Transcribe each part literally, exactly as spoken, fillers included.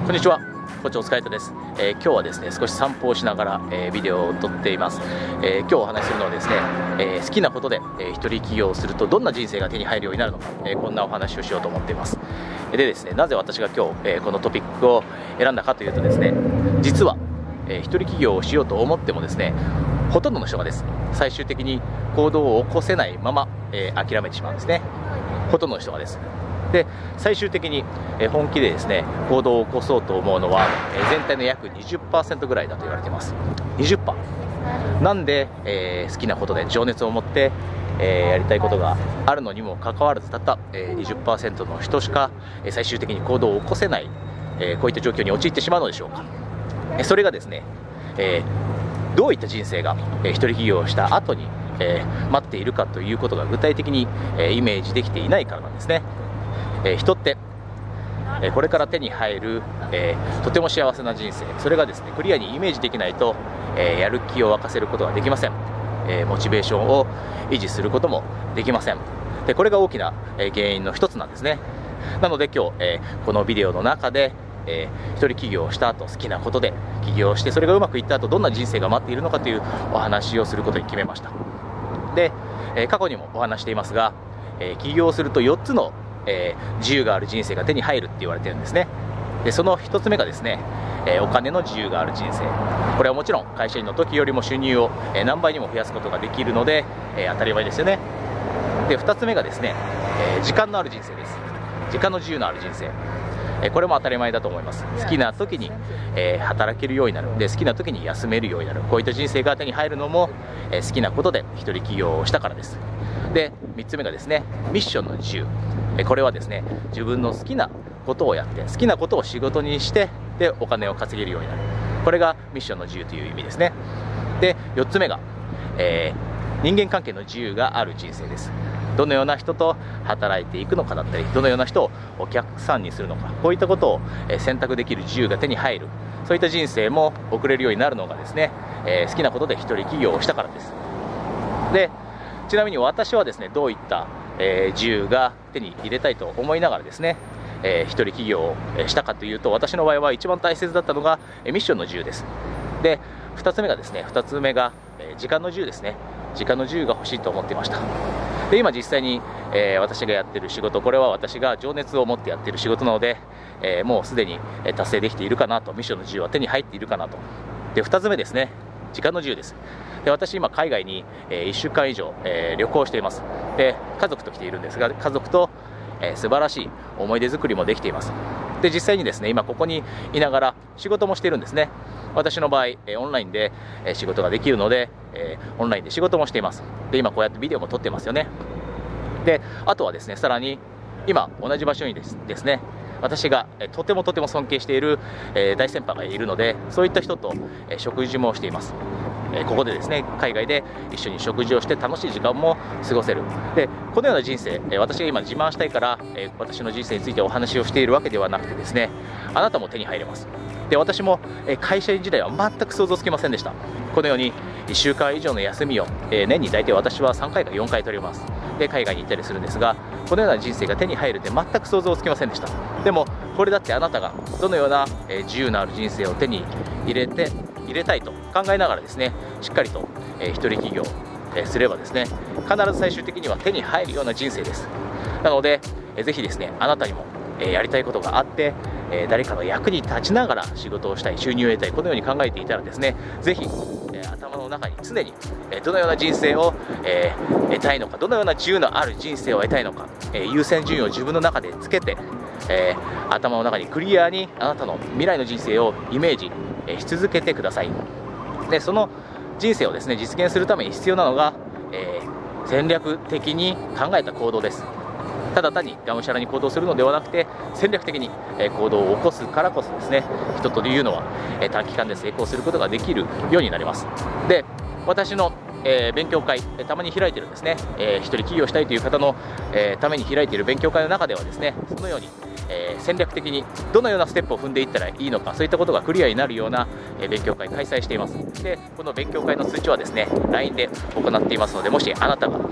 こんにちは、コーチお疲れ様です。えー、今日はですね少し散歩をしながら、えー、ビデオを撮っています。えー、今日お話しするのはですね、えー、好きなことで、えー、一人起業をするとどんな人生が手に入るようになるのか、えー、こんなお話をしようと思っています。でですね、なぜ私が今日、えー、このトピックを選んだかというとですね、実は、えー、一人起業をしようと思ってもですね、ほとんどの人がです最終的に行動を起こせないまま、えー、諦めてしまうんですね。ほとんどの人がです。で最終的に本気でですね行動を起こそうと思うのは全体の約 にじゅっパーセント ぐらいだと言われています。 にじゅっパーセント なんで、えー、好きなことで情熱を持って、えー、やりたいことがあるのにもかかわらずたった、えー、にじゅっパーセント の人しか最終的に行動を起こせない、えー、こういった状況に陥ってしまうのでしょうか。それがですね、えー、どういった人生が、えー、一人起業をした後に、えー、待っているかということが具体的に、えー、イメージできていないからなんですね。えー、人って、えー、これから手に入る、えー、とても幸せな人生、それがですねクリアにイメージできないと、えー、やる気を沸かせることができません。えー、モチベーションを維持することもできません。でこれが大きな、えー、原因の一つなんですね。なので今日、えー、このビデオの中で、えー、一人起業をした後好きなことで起業してそれがうまくいった後どんな人生が待っているのかというお話をすることに決めました。で、えー、過去にもお話していますが、えー、起業するとよっつのえー、自由がある人生が手に入るって言われてるんですね。でそのひとつめがですね、えー、お金の自由がある人生。これはもちろん会社員の時よりも収入を、えー、何倍にも増やすことができるので、えー、当たり前ですよね。でふたつめがですね、えー、時間のある人生です。時間の自由のある人生、えー、これも当たり前だと思います。好きな時に、えー、働けるようになる。で好きな時に休めるようになる。こういった人生が手に入るのも、えー、好きなことで一人起業をしたからです。でみっつめがですね、ミッションの自由。これはですね自分の好きなことをやって好きなことを仕事にしてでお金を稼げるようになる。これがミッションの自由という意味ですね。でよっつめが、えー、人間関係の自由がある人生です。どのような人と働いていくのかだったりどのような人をお客さんにするのか、こういったことを選択できる自由が手に入る。そういった人生も送れるようになるのがですね、えー、好きなことで一人起業をしたからです。でちなみに私はですねどういったえー、自由が手に入れたいと思いながらですね、えー、一人起業をしたかというと、私の場合は一番大切だったのが、えー、ミッションの自由です。でふたつめがですねふたつめが、えー、時間の自由ですね。時間の自由が欲しいと思っていました。で今実際に、えー、私がやっている仕事、これは私が情熱を持ってやっている仕事なので、えー、もうすでに達成できているかなと、ミッションの自由は手に入っているかなと。でふたつめですね、時間の自由です。で私今海外に、えー、いっしゅうかん以上、えー、旅行しています。で家族と来ているんですが、家族と、えー、素晴らしい思い出作りもできています。で実際にですね今ここにいながら仕事もしているんですね。私の場合、えー、オンラインで、えー、仕事ができるので、えー、オンラインで仕事もしています。で今こうやってビデオも撮ってますよね。であとはですねさらに今同じ場所にですですね私がえとてもとても尊敬している、えー、大先輩がいるので、そういった人と、えー、食事もしています。えー、ここでですね海外で一緒に食事をして楽しい時間も過ごせる。でこのような人生、えー、私が今自慢したいから、えー、私の人生についてお話をしているわけではなくてですね、あなたも手に入れます。で私も、えー、会社員時代は全く想像つきませんでした。このようにいっしゅうかん以上の休みを、えー、年に大体私はさんかいかよんかい取ります。で海外に行ったりするんですが、このような人生が手に入るって全く想像つきませんでした。でもこれだってあなたがどのような、えー、自由のある人生を手に入れて入れたいと考えながらですねしっかりと、えー、一人起業、えー、すればですね必ず最終的には手に入るような人生です。なので、えー、ぜひですねあなたにも、えー、やりたいことがあって、えー、誰かの役に立ちながら仕事をしたい、収入を得たい、このように考えていたらですねぜひ、えー、頭の中に常に、えー、どのような人生を、えー、得たいのか、どのような自由のある人生を得たいのか、えー、優先順位を自分の中でつけて、えー、頭の中にクリアにあなたの未来の人生をイメージし続けてください。でその人生をですね実現するために必要なのが、えー、戦略的に考えた行動です。ただ単にがむしゃらに行動するのではなくて戦略的に行動を起こすからこそですね人というのは短期間で成功することができるようになります。で私のえー、勉強会、たまに開いてるんですね、えー、一人起業したいという方の、えー、ために開いている勉強会の中ではですねそのように、えー、戦略的にどのようなステップを踏んでいったらいいのか、そういったことがクリアになるような、えー、勉強会開催しています。でこの勉強会の通知はですね ライン で行っていますので、もしあなたが、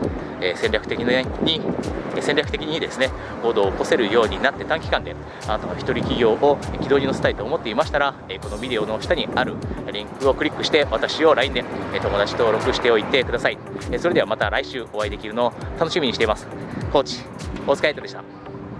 えー、戦略的に戦略的にですね行動を起こせるようになって、短期間であなたの一人起業を軌道に乗せたいと思っていましたら、えー、このビデオの下にあるリンクをクリックして私を ライン で友達登録しておいてください。それではまた来週お会いできるのを楽しみにしています。コーチ大塚愛斗でした。